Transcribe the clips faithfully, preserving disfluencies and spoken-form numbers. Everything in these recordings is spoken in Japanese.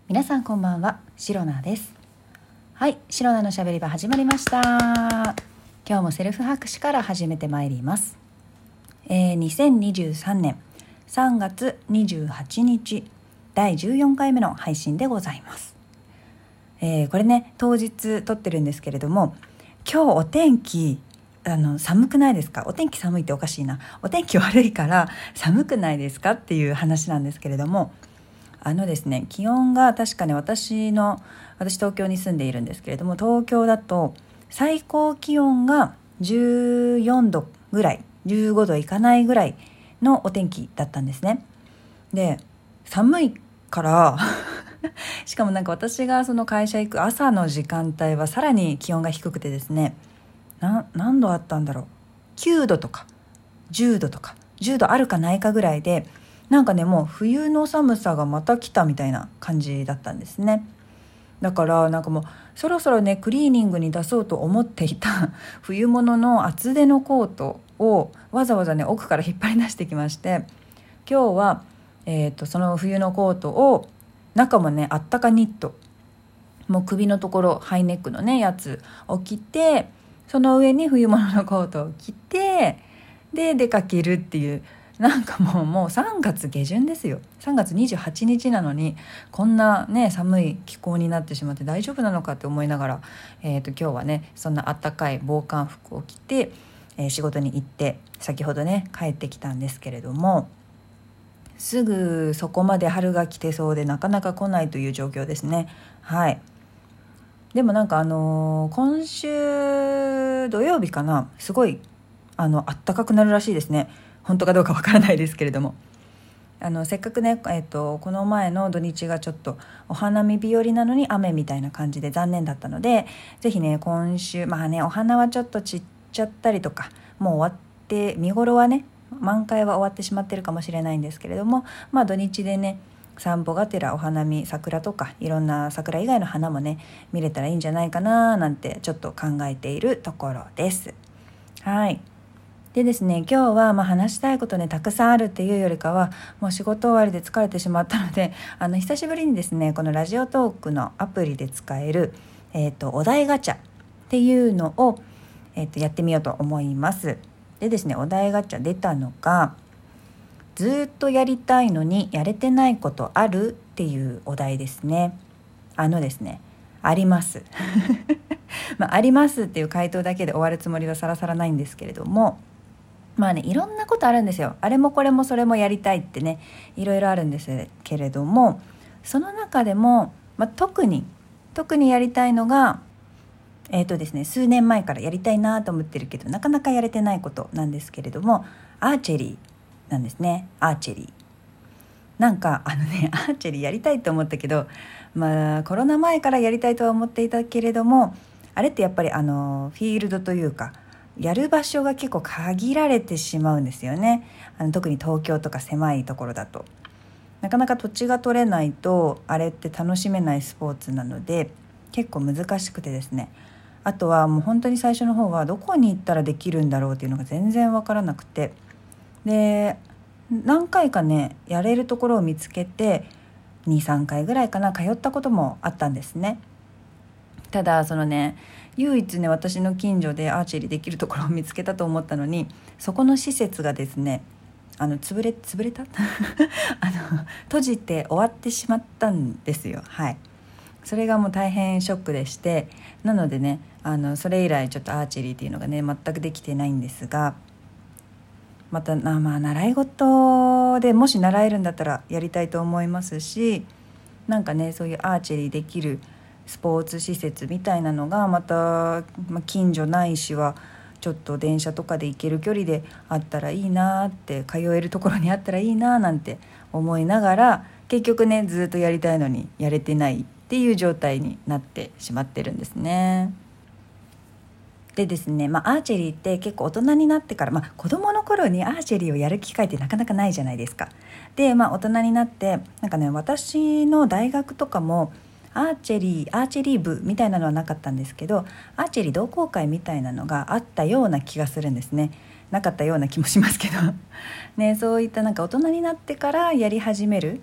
皆さんこんばんは、シロナです。はい、シロナのしゃべり場始まりました。今日もセルフ拍手から始めてまいります。えー、にせんにじゅうさんねんさんがつにじゅうはちにちだいじゅうよんかいめの配信でございます。えー、これね当日撮ってるんですけれども、今日お天気あの寒くないですか？お天気寒いっておかしいな、お天気悪いから寒くないですかっていう話なんですけれども、あのですね気温が確かね、私の私東京に住んでいるんですけれども、東京だと最高気温がじゅうよんどぐらい、じゅうごどいかないぐらいのお天気だったんですね。で寒いからしかもなんか私がその会社行く朝の時間帯はさらに気温が低くてですね、な何度あったんだろう、きゅうどとかじゅうどとかじゅうどあるかないかぐらいで、なんかねもう冬の寒さがまた来たみたいな感じだったんですね。だからなんかもうそろそろねクリーニングに出そうと思っていた冬物の厚手のコートをわざわざね奥から引っ張り出してきまして、今日は、えーと、その冬のコートを中もねあったかニット、もう首のところハイネックのねやつを着て、その上に冬物のコートを着て、で出かけるっていう、なんかもうもうさんがつげじゅんですよ。さんがつにじゅうはちにちなのにこんなね寒い気候になってしまって大丈夫なのかって思いながら、えーと今日はねそんなあったかい防寒服を着て、えー仕事に行って先ほどね帰ってきたんですけれども、すぐそこまで春が来てそうでなかなか来ないという状況ですね。はい。でもなんかあのー今週土曜日かな、すごいあの暖かくなるらしいですね。本当かどうかわからないですけれども、あのせっかくね、えーと、この前の土日がちょっとお花見日和なのに雨みたいな感じで残念だったので、ぜひね今週まあねお花はちょっと散っちゃったりとか、もう終わって見頃はね満開は終わってしまってるかもしれないんですけれども、まあ土日でね散歩がてらお花見、桜とかいろんな桜以外の花もね見れたらいいんじゃないかななんてちょっと考えているところです。はい。でですね、今日はまあ話したいことねたくさんあるっていうよりかは、もう仕事終わりで疲れてしまったので、あの久しぶりにですねこのラジオトークのアプリで使える、えーと、お題ガチャっていうのを、えーと、やってみようと思います。でですね、お題ガチャ出たのが、ずっとやりたいのにやれてないことあるっていうお題ですね。あのですねありますまあ、ありますっていう回答だけで終わるつもりはさらさらないんですけれども、まあねいろんなことあるんですよ。あれもこれもそれもやりたいってねいろいろあるんですけれども、その中でも、まあ、特に特にやりたいのがえーとですね数年前からやりたいなと思ってるけどなかなかやれてないことなんですけれども、アーチェリーなんですね。アーチェリーなんかあのねアーチェリーやりたいと思ったけど、まあコロナ前からやりたいとは思っていたけれども、あれってやっぱりあのフィールドというかやる場所が結構限られてしまうんですよね。あの特に東京とか狭いところだとなかなか土地が取れないとあれって楽しめないスポーツなので結構難しくてですね、あとはもう本当に最初の方はどこに行ったらできるんだろうっていうのが全然わからなくて、で何回かねやれるところを見つけてにさんかいぐらいかな通ったこともあったんですね。ただそのね唯一ね私の近所でアーチェリーできるところを見つけたと思ったのに、そこの施設がですねあの潰れ潰れたあの閉じて終わってしまったんですよ。はい。それがもう大変ショックでして、なのでねあのそれ以来ちょっとアーチェリーっていうのがね全くできてないんですが、またなまあ習い事でもし習えるんだったらやりたいと思いますし、なんかねそういうアーチェリーできるスポーツ施設みたいなのがまた、まあ、近所ないしはちょっと電車とかで行ける距離であったらいいなって、通えるところにあったらいいななんて思いながら、結局ねずっとやりたいのにやれてないっていう状態になってしまってるんですね。でですね、まあ、アーチェリーって結構大人になってから、まあ、子供の頃にアーチェリーをやる機会ってなかなかないじゃないですか。で、まあ、大人になってなんかね私の大学とかもアーチェリーアーチェリー部みたいなのはなかったんですけど、アーチェリー同好会みたいなのがあったような気がするんですね。なかったような気もしますけどね、そういったなんか大人になってからやり始める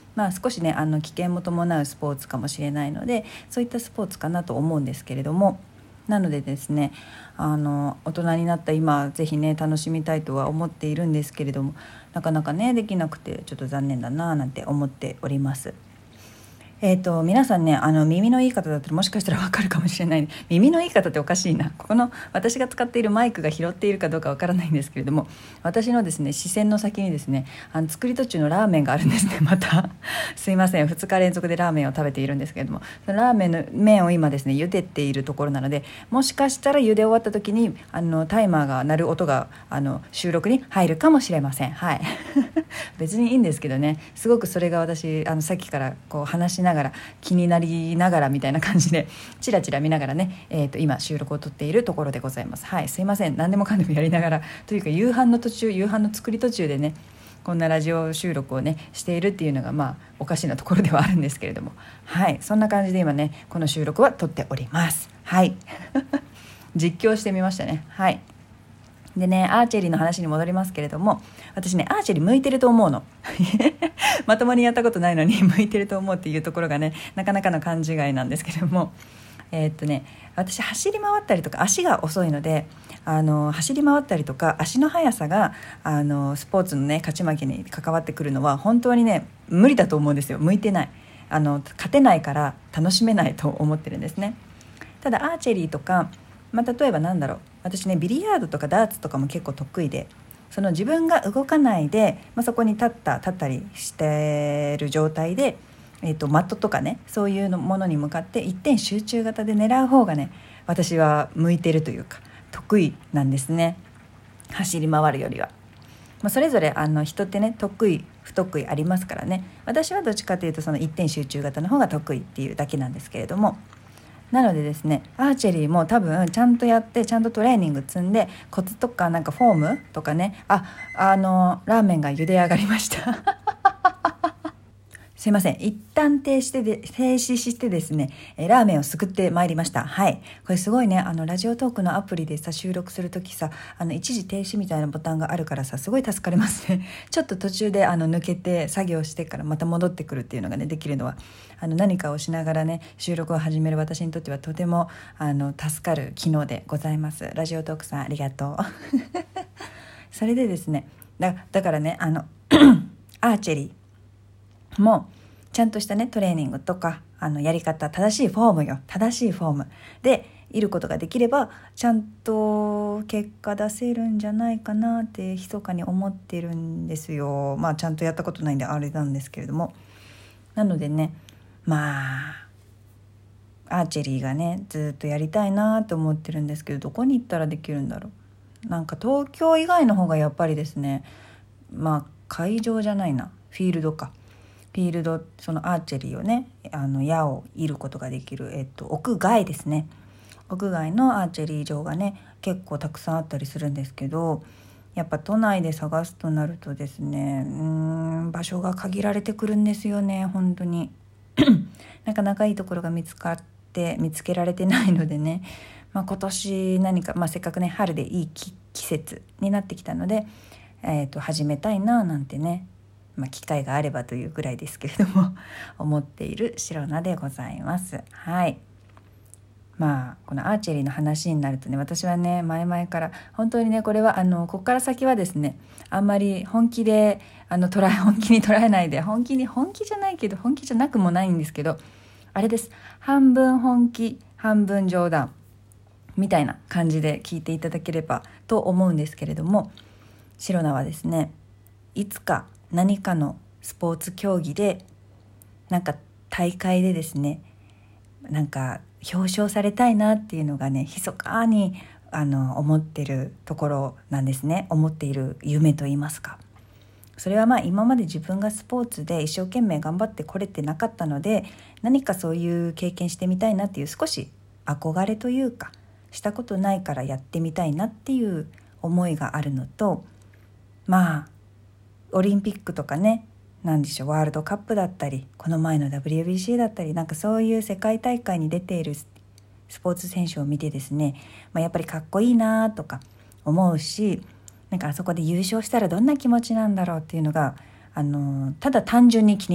まあ、少しねあの危険も伴うスポーツかもしれないので、そういったスポーツかなと思うんですけれども、なのでですね、あの大人になった今ぜひね楽しみたいとは思っているんですけれども、なかなかねできなくてちょっと残念だななんて思っております。えーと、皆さんねあの耳のいい方だったらもしかしたらわかるかもしれない。耳のいい方っておかしいな、ここの私が使っているマイクが拾っているかどうかわからないんですけれども、私のですね視線の先にですねあの作り途中のラーメンがあるんですね。またすいません、ふつか連続でラーメンを食べているんですけれども、そのラーメンの麺を今ですね茹でているところなので、もしかしたら茹で終わった時にあのタイマーが鳴る音があの収録に入るかもしれません。はい別にいいんですけどね、すごくそれが私あのさっきからこう話しながら気になりながらみたいな感じでチラチラ見ながらね、えー、と今収録を撮っているところでございます。はい、すいません、何でもかんでもやりながらというか夕飯の途中夕飯の作り途中でねこんなラジオ収録をねしているっていうのがまあおかしなところではあるんですけれども、はい、そんな感じで今ねこの収録は撮っております。はい実況してみましたね。はいでね、アーチェリーの話に戻りますけれども、私ねアーチェリー向いてると思うのまともにやったことないのに向いてると思うっていうところがねなかなかの勘違いなんですけれども、えーっとね私走り回ったりとか足が遅いので、あの走り回ったりとか足の速さがあのスポーツのね勝ち負けに関わってくるのは本当にね無理だと思うんですよ。向いてない、あの勝てないから楽しめないと思ってるんですね。ただアーチェリーとか、まあ、例えばなんだろう、私ねビリヤードとかダーツとかも結構得意で、その自分が動かないで、まあ、そこに立った立ったりしてる状態で、えーと、マットとかねそういうのものに向かって一点集中型で狙う方がね私は向いてるというか得意なんですね、走り回るよりは。まあ、それぞれあの人ってね得意不得意ありますからね、私はどっちかというとその一点集中型の方が得意っていうだけなんですけれども、なのでですねアーチェリーも多分ちゃんとやってちゃんとトレーニング積んでコツとかなんかフォームとかね、ああのラーメンが茹で上がりましたすいません、一旦停止してで停止してですねラーメンをすくってまいりました。はい、これすごいね、あのラジオトークのアプリでさ収録するときさあの一時停止みたいなボタンがあるからさすごい助かりますねちょっと途中であの抜けて作業してからまた戻ってくるっていうのがねできるのはあの何かをしながらね収録を始める私にとってはとてもあの助かる機能でございます。ラジオトークさんありがとうそれでですね だ, だからねあのアーチェリーもちゃんとしたねトレーニングとかあのやり方、正しいフォームよ正しいフォームでいることができればちゃんと結果出せるんじゃないかなって密かに思ってるんですよ。まあちゃんとやったことないんであれなんですけれども、なのでねまあアーチェリーがねずっとやりたいなと思ってるんですけど、どこに行ったらできるんだろう。なんか東京以外の方がやっぱりですね、まあ会場じゃないなフィールドかフィールド、そのアーチェリーをねあの矢を射ることができる、えっと、屋外ですね、屋外のアーチェリー場がね結構たくさんあったりするんですけど、やっぱ都内で探すとなるとですねうーん場所が限られてくるんですよね本当になかなかいいところが見つかって見つけられてないのでね、まあ、今年何か、まあ、せっかくね春でいい季節になってきたので、えーと、始めたいななんてね、まあ、機会があればというぐらいですけれども思っているシロナでございます。はい、まあこのアーチェリーの話になるとね私はね前々から本当にねこれはあのここから先はですねあんまり本気であの捉え本気に捉えないで本気に本気じゃないけど本気じゃなくもないんですけど、あれです、半分本気半分冗談みたいな感じで聞いていただければと思うんですけれども、シロナはですねいつか何かのスポーツ競技でなんか大会でですねなんか表彰されたいなっていうのがね密かにあの思ってるところなんですね。思っている夢と言いますか、それはまあ今まで自分がスポーツで一生懸命頑張ってこれてなかったので、何かそういう経験してみたいなっていう少し憧れというかしたことないからやってみたいなっていう思いがあるのと、まあオリンピックとかねなんでしょうワールドカップだったりこの前の ダブリュービーシー だったりなんかそういう世界大会に出ているスポーツ選手を見てですね、まあ、やっぱりかっこいいなとか思うし、なんかあそこで優勝したらどんな気持ちなんだろうっていうのがあのただ単純に気になる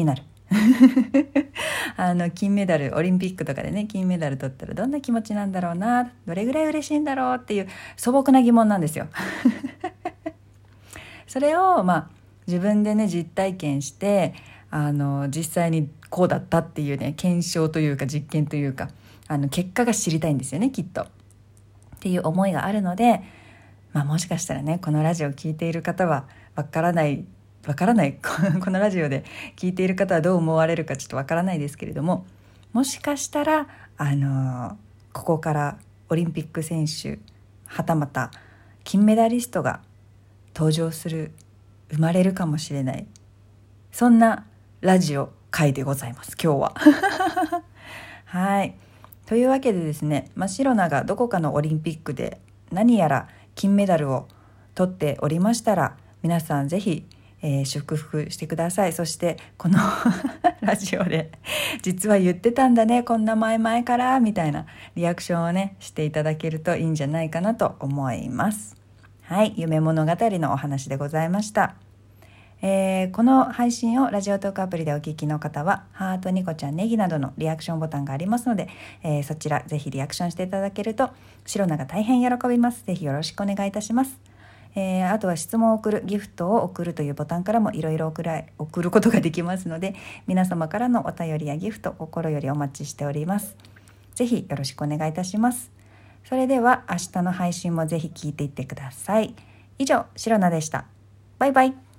あの金メダル、オリンピックとかでね金メダル取ったらどんな気持ちなんだろうな、どれぐらい嬉しいんだろうっていう素朴な疑問なんですよそれをまあ自分でね実体験してあの実際にこうだったっていうね検証というか実験というかあの結果が知りたいんですよねきっとっていう思いがあるので、まあ、もしかしたらねこのラジオを聞いている方はわからないわからないこのラジオで聞いている方はどう思われるかちょっとわからないですけれども、もしかしたらあのここからオリンピック選手はたまた金メダリストが登場する生まれるかもしれない、そんなラジオ回でございます今日ははいというわけでですね、まあ、シロナがどこかのオリンピックで何やら金メダルを取っておりましたら皆さんぜひ、えー、祝福してください。そしてこのラジオで実は言ってたんだねこんな前々からみたいなリアクションをねしていただけるといいんじゃないかなと思います。はい、夢物語のお話でございました。えー、この配信をラジオトークアプリでお聞きの方はハート、ニコちゃん、ネギなどのリアクションボタンがありますので、えー、そちらぜひリアクションしていただけるとシロナが大変喜びます。ぜひよろしくお願いいたします。えー、あとは質問を送る、ギフトを送るというボタンからもいろいろ送ら送ることができますので、皆様からのお便りやギフト心よりお待ちしております。ぜひよろしくお願いいたします。それでは明日の配信もぜひ聞いていってください。以上、シロナでした。バイバイ。